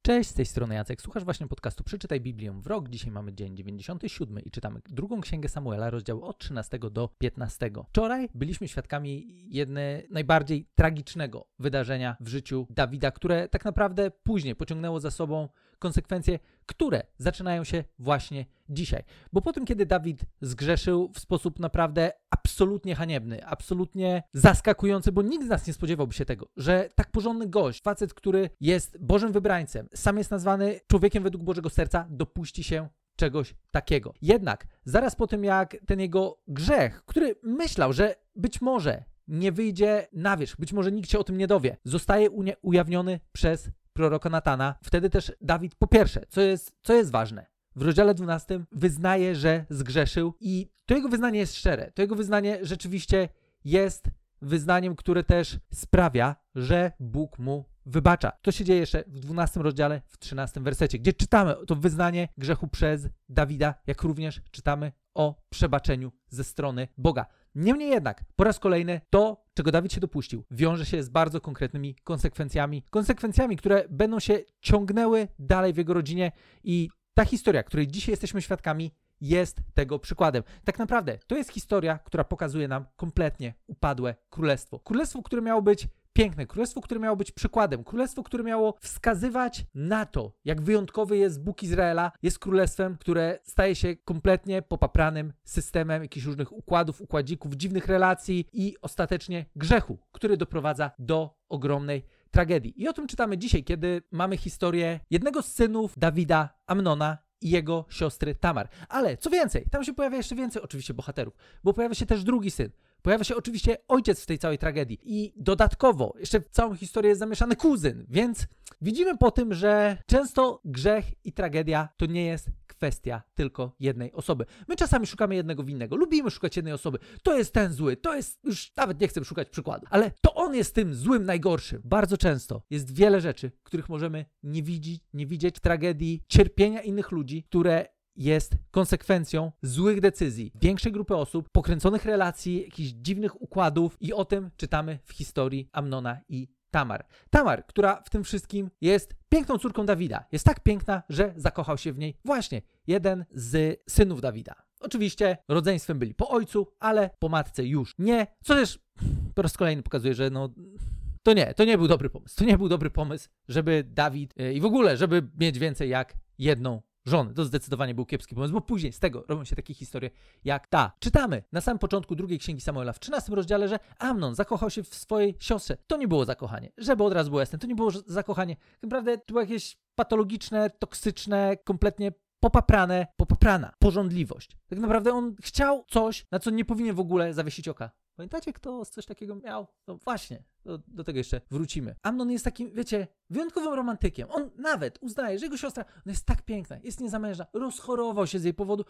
Cześć, z tej strony Jacek. Słuchasz właśnie podcastu Przeczytaj Biblię w rok. Dzisiaj mamy dzień 97 i czytamy drugą księgę Samuela, rozdział od 13 do 15. Wczoraj byliśmy świadkami jednego najbardziej tragicznego wydarzenia w życiu Dawida, które tak naprawdę później pociągnęło za sobą konsekwencje, które zaczynają się właśnie dzisiaj. Bo po tym, kiedy Dawid zgrzeszył w sposób naprawdę absolutnie haniebny, absolutnie zaskakujący, bo nikt z nas nie spodziewałby się tego, że tak porządny gość, facet, który jest Bożym wybrańcem, sam jest nazwany człowiekiem według Bożego serca, dopuści się czegoś takiego. Jednak zaraz po tym, jak ten jego grzech, który myślał, że być może nie wyjdzie na wierzch, być może nikt się o tym nie dowie, zostaje ujawniony przez proroka Natana. Wtedy też Dawid, po pierwsze, co jest ważne, w rozdziale 12 wyznaje, że zgrzeszył i to jego wyznanie jest szczere. To jego wyznanie rzeczywiście jest wyznaniem, które też sprawia, że Bóg mu wybacza. To się dzieje jeszcze w 12 rozdziale, w 13 wersecie, gdzie czytamy to wyznanie grzechu przez Dawida, jak również czytamy o przebaczeniu ze strony Boga. Niemniej jednak, po raz kolejny, to, czego Dawid się dopuścił, wiąże się z bardzo konkretnymi konsekwencjami, które będą się ciągnęły dalej w jego rodzinie i ta historia, której dzisiaj jesteśmy świadkami, jest tego przykładem. Tak naprawdę to jest historia, która pokazuje nam kompletnie upadłe królestwo. Królestwo, które miało być piękne, królestwo, które miało być przykładem, królestwo, które miało wskazywać na to, jak wyjątkowy jest Bóg Izraela, jest królestwem, które staje się kompletnie popapranym systemem jakichś różnych układów, układzików, dziwnych relacji i ostatecznie grzechu, który doprowadza do ogromnej tragedii. I o tym czytamy dzisiaj, kiedy mamy historię jednego z synów Dawida, Amnona, i jego siostry Tamar. Ale co więcej, tam się pojawia jeszcze więcej oczywiście bohaterów, bo pojawia się też drugi syn. Pojawia się oczywiście ojciec w tej całej tragedii i dodatkowo jeszcze w całą historię jest zamieszany kuzyn, więc widzimy po tym, że często grzech i tragedia to nie jest kwestia tylko jednej osoby. My czasami szukamy jednego winnego, lubimy szukać jednej osoby. To jest ten zły, to jest, już nawet nie chcę szukać przykładu, ale to on jest tym złym najgorszym. Bardzo często jest wiele rzeczy, których możemy nie widzieć w tragedii cierpienia innych ludzi, które jest konsekwencją złych decyzji większej grupy osób, pokręconych relacji, jakichś dziwnych układów i o tym czytamy w historii Amnona i Tamar. Tamar, która w tym wszystkim jest piękną córką Dawida. Jest tak piękna, że zakochał się w niej właśnie jeden z synów Dawida. Oczywiście rodzeństwem byli po ojcu, ale po matce już nie. Co też po raz kolejny pokazuje, że to nie był dobry pomysł. To nie był dobry pomysł, żeby Dawid i w ogóle, żeby mieć więcej jak jedną żonę. To zdecydowanie był kiepski pomysł, bo później z tego robią się takie historie jak ta. Czytamy na samym początku drugiej księgi Samuela w 13 rozdziale, że Amnon zakochał się w swojej siostrze. To nie było zakochanie. Żeby od razu było jasne, to nie było zakochanie. Tak naprawdę to było jakieś patologiczne, toksyczne, kompletnie popaprana pożądliwość. Tak naprawdę on chciał coś, na co nie powinien w ogóle zawiesić oka. Pamiętacie, kto coś takiego miał? No właśnie, do tego jeszcze wrócimy. Amnon jest takim, wiecie, wyjątkowym romantykiem. On nawet uznaje, że jego siostra, ona jest tak piękna, jest niezamężna, rozchorował się z jej powodu,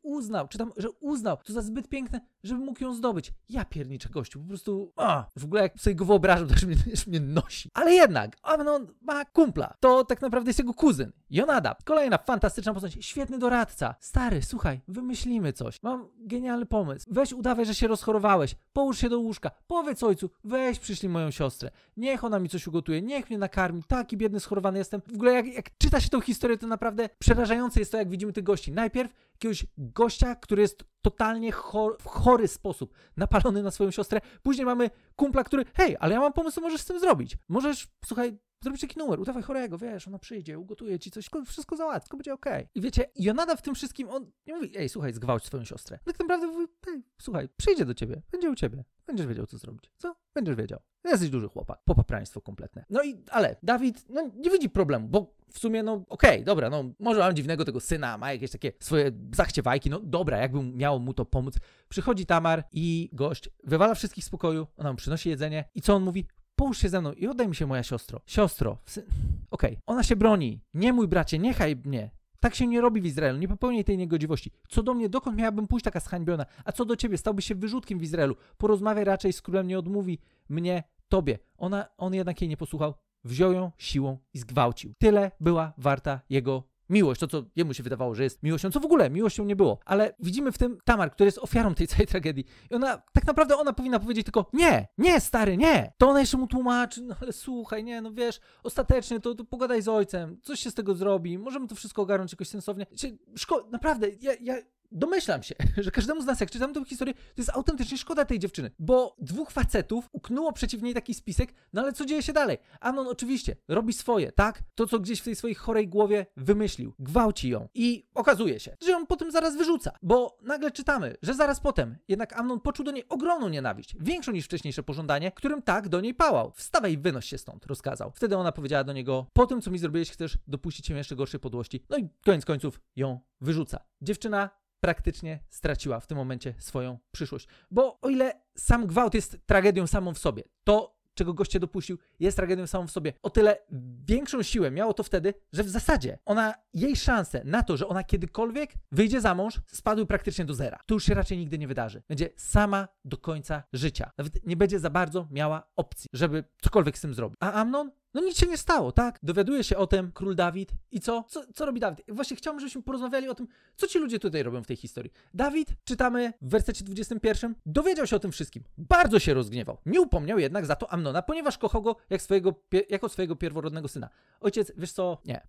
uznał to za zbyt piękne, żeby mógł ją zdobyć. Ja pierniczę gościu, po prostu, w ogóle jak sobie go wyobrażam, to już mnie nosi. Ale jednak, Amnon ma kumpla, to tak naprawdę jest jego kuzyn, Jonadab. Kolejna fantastyczna postać, świetny doradca. Stary, słuchaj, wymyślimy coś. Mam genialny pomysł. Weź udawaj, że się rozchorowałeś, połóż się do łóżka, powiedz ojcu, weź przyszli moją siostrę, niech ona mi coś ugotuje, niech mnie nakarmi, taki biedny, schorowany jestem. W ogóle jak czyta się tą historię, to naprawdę przerażające jest to, jak widzimy tych gości. Najpierw jakiegoś gościa, który jest totalnie w chory sposób napalony na swoją siostrę, później mamy kumpla, który, hej, ale ja mam pomysł, co możesz z tym zrobić. Możesz, słuchaj, zrobić taki numer, udawaj chorego, wiesz, ona przyjdzie, ugotuje ci coś, wszystko załatwi, wszystko będzie okej. I wiecie, Jonadab w tym wszystkim, on nie mówi, ej, słuchaj, zgwałć swoją siostrę. Tak naprawdę mówi, ej, słuchaj, przyjdzie do ciebie, będzie u ciebie, będziesz wiedział, co zrobić. Co? Będziesz wiedział. Jesteś duży chłopak, popapraństwo kompletne. Ale Dawid, nie widzi problemu, bo w sumie, okej, dobra, może mam dziwnego tego syna, ma jakieś takie swoje zachciewajki, dobra, jakby miało mu to pomóc. Przychodzi Tamar i gość wywala wszystkich z pokoju, ona mu przynosi jedzenie i co on mówi? Połóż się ze mną i oddaj mi się, moja siostro. Siostro, ona się broni. Nie, mój bracie, niechaj mnie. Tak się nie robi w Izraelu, nie popełniaj tej niegodziwości. Co do mnie, dokąd miałabym pójść taka zhańbiona? A co do ciebie, stałbyś się wyrzutkiem w Izraelu. Porozmawiaj raczej z królem, nie odmówi mnie tobie. On jednak jej nie posłuchał, wziął ją siłą i zgwałcił. Tyle była warta jego miłość, to co jemu się wydawało, że jest miłością, co w ogóle miłością nie było. Ale widzimy w tym Tamar, która jest ofiarą tej całej tragedii. I ona, tak naprawdę ona powinna powiedzieć tylko nie, stary, nie. To ona jeszcze mu tłumaczy, no ale słuchaj, nie, no wiesz, ostatecznie to pogadaj z ojcem, coś się z tego zrobi, możemy to wszystko ogarnąć jakoś sensownie. Naprawdę, ja domyślam się, że każdemu z nas, jak czytamy tę historię, to jest autentycznie szkoda tej dziewczyny, bo dwóch facetów uknęło przeciw niej taki spisek, no ale co dzieje się dalej? Amnon oczywiście robi swoje, tak? To, co gdzieś w tej swojej chorej głowie wymyślił, gwałci ją i okazuje się, że ją potem zaraz wyrzuca, bo nagle czytamy, że zaraz potem jednak Amnon poczuł do niej ogromną nienawiść, większą niż wcześniejsze pożądanie, którym tak do niej pałał. Wstawaj i wynoś się stąd, rozkazał. Wtedy ona powiedziała do niego, po tym, co mi zrobiłeś, chcesz dopuścić się jeszcze gorszej podłości. No i koniec końców ją wyrzuca. Dziewczyna praktycznie straciła w tym momencie swoją przyszłość. Bo o ile sam gwałt jest tragedią samą w sobie, to, czego goście dopuścił, jest tragedią samą w sobie. O tyle większą siłę miało to wtedy, że w zasadzie jej szanse na to, że ona kiedykolwiek wyjdzie za mąż, spadły praktycznie do zera. To już się raczej nigdy nie wydarzy. Będzie sama do końca życia. Nawet nie będzie za bardzo miała opcji, żeby cokolwiek z tym zrobić. A Amnon? No nic się nie stało, tak? Dowiaduje się o tym król Dawid i co? Co robi Dawid? Właśnie chciałbym, żebyśmy porozmawiali o tym, co ci ludzie tutaj robią w tej historii. Dawid, czytamy w wersecie 21, dowiedział się o tym wszystkim. Bardzo się rozgniewał. Nie upomniał jednak za to Amnona, ponieważ kochał go jako swojego pierworodnego syna. Ojciec, wiesz co? Nie.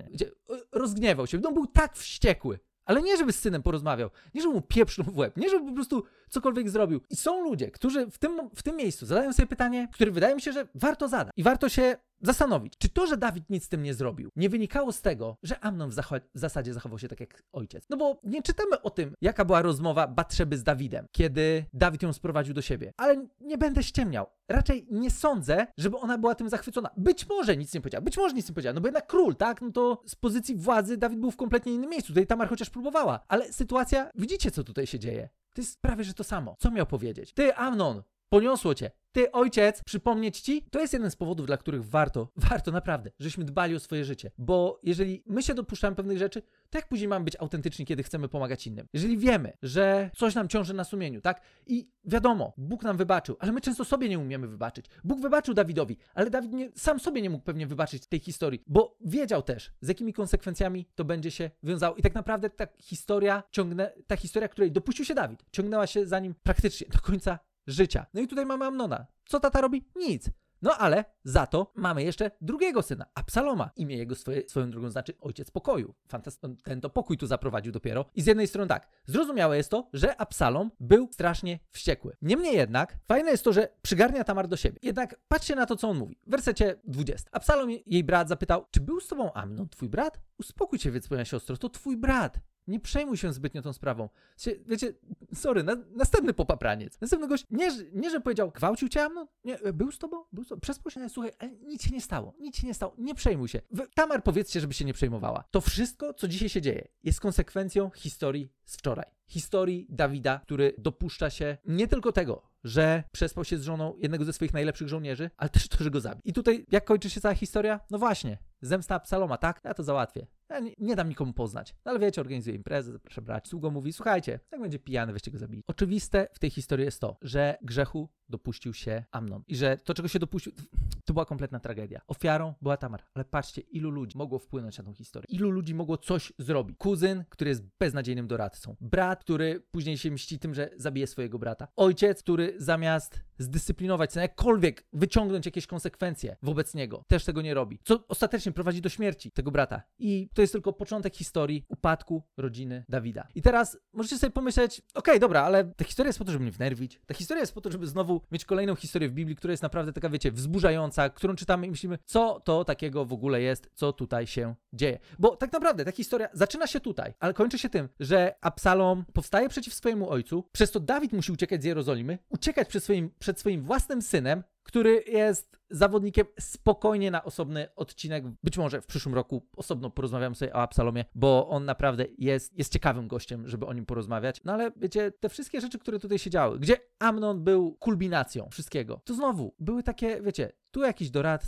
Rozgniewał się. No był tak wściekły. Ale nie, żeby z synem porozmawiał, nie, żeby mu pieprznął w łeb, nie, żeby po prostu cokolwiek zrobił. I są ludzie, którzy w tym miejscu zadają sobie pytanie, które wydaje mi się, że warto zadać. I warto się zastanowić, czy to, że Dawid nic z tym nie zrobił, nie wynikało z tego, że Amnon w zasadzie zachował się tak jak ojciec. No bo nie czytamy o tym, jaka była rozmowa Batszeby z Dawidem, kiedy Dawid ją sprowadził do siebie. Ale nie będę ściemniał. Raczej nie sądzę, żeby ona była tym zachwycona. Być może nic nie powiedziała, no bo jednak król, tak? No to z pozycji władzy Dawid był w kompletnie innym miejscu. Tutaj Tamar chociaż próbowała. Ale sytuacja, widzicie, co tutaj się dzieje? To jest prawie, że to samo. Co miał powiedzieć? Ty, Amnon, poniosło cię. Ty, ojciec, przypomnieć ci? To jest jeden z powodów, dla których warto naprawdę, żeśmy dbali o swoje życie. Bo jeżeli my się dopuszczamy pewnych rzeczy, to jak później mamy być autentyczni, kiedy chcemy pomagać innym? Jeżeli wiemy, że coś nam ciąży na sumieniu, tak? I wiadomo, Bóg nam wybaczył, ale my często sobie nie umiemy wybaczyć. Bóg wybaczył Dawidowi, ale Dawid sam sobie nie mógł pewnie wybaczyć tej historii, bo wiedział też, z jakimi konsekwencjami to będzie się wiązało. I tak naprawdę ta historia, której dopuścił się Dawid, ciągnęła się za nim praktycznie do końca życia. No i tutaj mamy Amnona. Co tata robi? Nic. No ale za to mamy jeszcze drugiego syna, Absaloma. Imię jego swoją drogą znaczy ojciec pokoju. Ten to pokój tu zaprowadził dopiero. I z jednej strony tak, zrozumiałe jest to, że Absalom był strasznie wściekły. Niemniej jednak, fajne jest to, że przygarnia Tamar do siebie. Jednak patrzcie na to, co on mówi. W wersecie 20. Absalom, jej brat, zapytał, czy był z tobą Amnon, twój brat? Uspokój się więc, moja siostro, to twój brat. Nie przejmuj się zbytnio tą sprawą. Wiecie, następny popapraniec. Następny gość, nie że powiedział, gwałcił cię Amnon? Nie, był z tobą? Przespał się, słuchaj, ale nic się nie stało, nie przejmuj się. Tamar, powiedzcie, żeby się nie przejmowała. To wszystko, co dzisiaj się dzieje, jest konsekwencją historii z wczoraj. Historii Dawida, który dopuszcza się nie tylko tego, że przespał się z żoną jednego ze swoich najlepszych żołnierzy, ale też to, że go zabił. I tutaj, jak kończy się cała historia? No właśnie, zemsta Absaloma, tak? Ja to załatwię. Ja nie dam nikomu poznać. No ale wiecie, organizuje imprezę, zaprasza braci. Sługa mówi, słuchajcie, jak będzie pijany, weźcie go zabili. Oczywiste w tej historii jest to, że grzechu dopuścił się Amnon. I że to, czego się dopuścił, to była kompletna tragedia. Ofiarą była Tamar. Ale patrzcie, ilu ludzi mogło wpłynąć na tą historię. Ilu ludzi mogło coś zrobić. Kuzyn, który jest beznadziejnym doradcą. Brat, który później się mści tym, że zabije swojego brata. Ojciec, który zamiast zdyscyplinować syna, jakkolwiek wyciągnąć jakieś konsekwencje wobec niego, też tego nie robi. Co ostatecznie prowadzi do śmierci tego brata. I to jest tylko początek historii upadku rodziny Dawida. I teraz możecie sobie pomyśleć, okej, dobra, ale ta historia jest po to, żeby mnie wnerwić. Ta historia jest po to, żeby znowu mieć kolejną historię w Biblii, która jest naprawdę taka, wiecie, wzburzająca, którą czytamy i myślimy, co to takiego w ogóle jest, co tutaj się dzieje. Bo tak naprawdę ta historia zaczyna się tutaj, ale kończy się tym, że Absalom powstaje przeciw swojemu ojcu, przez to Dawid musi uciekać z Jerozolimy, uciekać przed swoim własnym synem, który jest zawodnikiem, spokojnie na osobny odcinek. Być może w przyszłym roku osobno porozmawiam sobie o Absalomie, bo on naprawdę jest ciekawym gościem, żeby o nim porozmawiać. No ale wiecie, te wszystkie rzeczy, które tutaj się działy, gdzie Amnon był kulminacją wszystkiego, to znowu były takie, wiecie, tu jakiś doradca,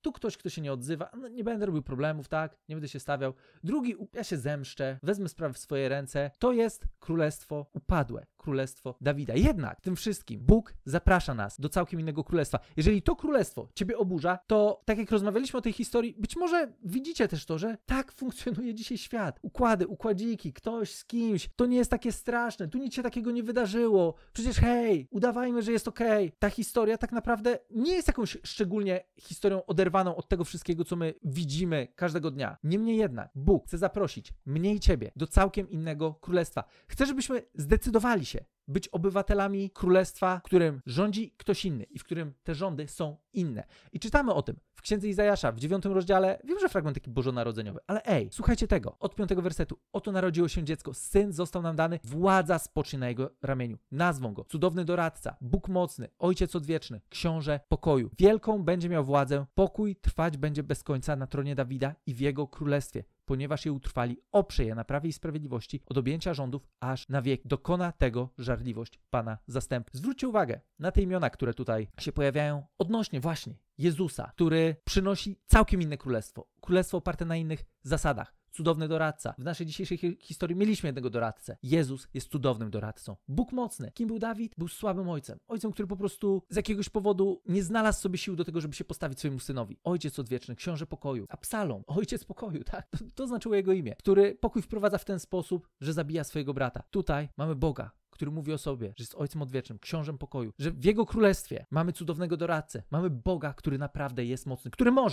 Tu ktoś, kto się nie odzywa, no nie będę robił problemów, tak? Nie będę się stawiał. Drugi, ja się zemszczę, wezmę sprawę w swoje ręce. To jest królestwo upadłe, królestwo Dawida. Jednak tym wszystkim Bóg zaprasza nas do całkiem innego królestwa. Jeżeli to królestwo ciebie oburza, to tak jak rozmawialiśmy o tej historii, być może widzicie też to, że tak funkcjonuje dzisiaj świat. Układy, układziki, ktoś z kimś. To nie jest takie straszne, tu nic się takiego nie wydarzyło. Przecież hej, udawajmy, że jest okej. Ta historia tak naprawdę nie jest jakąś szczególnie historią oderwaną od tego wszystkiego, co my widzimy każdego dnia. Niemniej jednak Bóg chce zaprosić mnie i ciebie do całkiem innego królestwa. Chce, żebyśmy zdecydowali się być obywatelami królestwa, w którym rządzi ktoś inny i w którym te rządy są inne. I czytamy o tym w Księdze Izajasza w 9 rozdziale. Wiem, że fragment taki bożonarodzeniowy, ale słuchajcie tego. Od 5 wersetu. Oto narodziło się dziecko, syn został nam dany, władza spocznie na jego ramieniu. Nazwą go cudowny doradca, Bóg mocny, ojciec odwieczny, książę pokoju. Wielką będzie miał władzę, pokój trwać będzie bez końca na tronie Dawida i w jego królestwie. Ponieważ je utrwali, oprze je na prawie i sprawiedliwości od objęcia rządów aż na wiek. Dokona tego żarliwość Pana zastępów. Zwróćcie uwagę na te imiona, które tutaj się pojawiają odnośnie właśnie Jezusa, który przynosi całkiem inne królestwo. Królestwo oparte na innych zasadach. Cudowny doradca. W naszej dzisiejszej historii mieliśmy jednego doradcę. Jezus jest cudownym doradcą. Bóg mocny. Kim był Dawid? Był słabym ojcem. Ojcem, który po prostu z jakiegoś powodu nie znalazł sobie sił do tego, żeby się postawić swojemu synowi. Ojciec odwieczny, książę pokoju. Absalom, ojciec pokoju, tak? To znaczyło jego imię. Który pokój wprowadza w ten sposób, że zabija swojego brata. Tutaj mamy Boga, który mówi o sobie, że jest ojcem odwiecznym, książem pokoju, że w jego królestwie mamy cudownego doradcę, mamy Boga, który naprawdę jest mocny,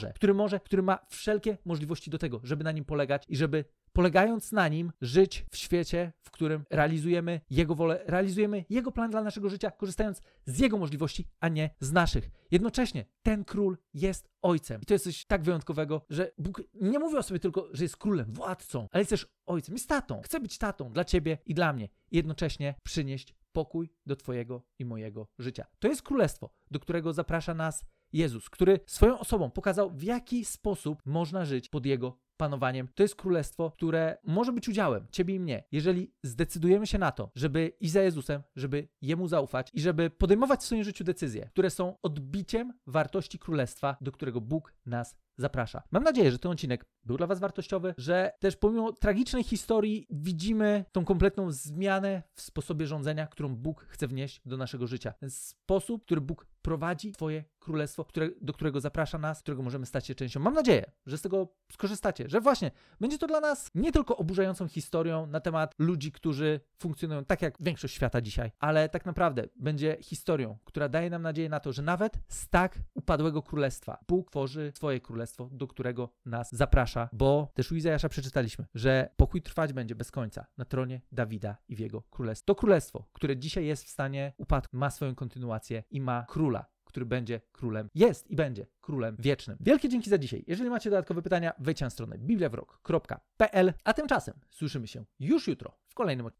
który ma wszelkie możliwości do tego, żeby na nim polegać i żeby polegając na nim żyć w świecie, w którym realizujemy jego wolę, realizujemy jego plan dla naszego życia, korzystając z jego możliwości, a nie z naszych. Jednocześnie ten król jest ojcem. I to jest coś tak wyjątkowego, że Bóg nie mówi o sobie tylko, że jest królem, władcą, ale jest też ojcem, jest tatą. Chce być tatą dla ciebie i dla mnie. I jednocześnie przynieść pokój do twojego i mojego życia. To jest królestwo, do którego zaprasza nas Jezus, który swoją osobą pokazał, w jaki sposób można żyć pod jego panowaniem. To jest królestwo, które może być udziałem ciebie i mnie, jeżeli zdecydujemy się na to, żeby iść za Jezusem, żeby Jemu zaufać i żeby podejmować w swoim życiu decyzje, które są odbiciem wartości królestwa, do którego Bóg nas zaprasza. Mam nadzieję, że ten odcinek był dla was wartościowy, że też pomimo tragicznej historii widzimy tą kompletną zmianę w sposobie rządzenia, którą Bóg chce wnieść do naszego życia. Ten sposób, który Bóg prowadzi swoje królestwo, do którego zaprasza nas, którego możemy stać się częścią. Mam nadzieję, że z tego skorzystacie, że właśnie będzie to dla nas nie tylko oburzającą historią na temat ludzi, którzy funkcjonują tak jak większość świata dzisiaj, ale tak naprawdę będzie historią, która daje nam nadzieję na to, że nawet z tak upadłego królestwa Bóg tworzy swoje królestwo, do którego nas zaprasza, bo też u Izajasza przeczytaliśmy, że pokój trwać będzie bez końca na tronie Dawida i w jego królestwie. To królestwo, które dzisiaj jest w stanie upadku, ma swoją kontynuację i ma króla, który będzie królem, jest i będzie królem wiecznym. Wielkie dzięki za dzisiaj. Jeżeli macie dodatkowe pytania, wejdźcie na stronę bibliawrok.pl, a tymczasem słyszymy się już jutro w kolejnym odcinku.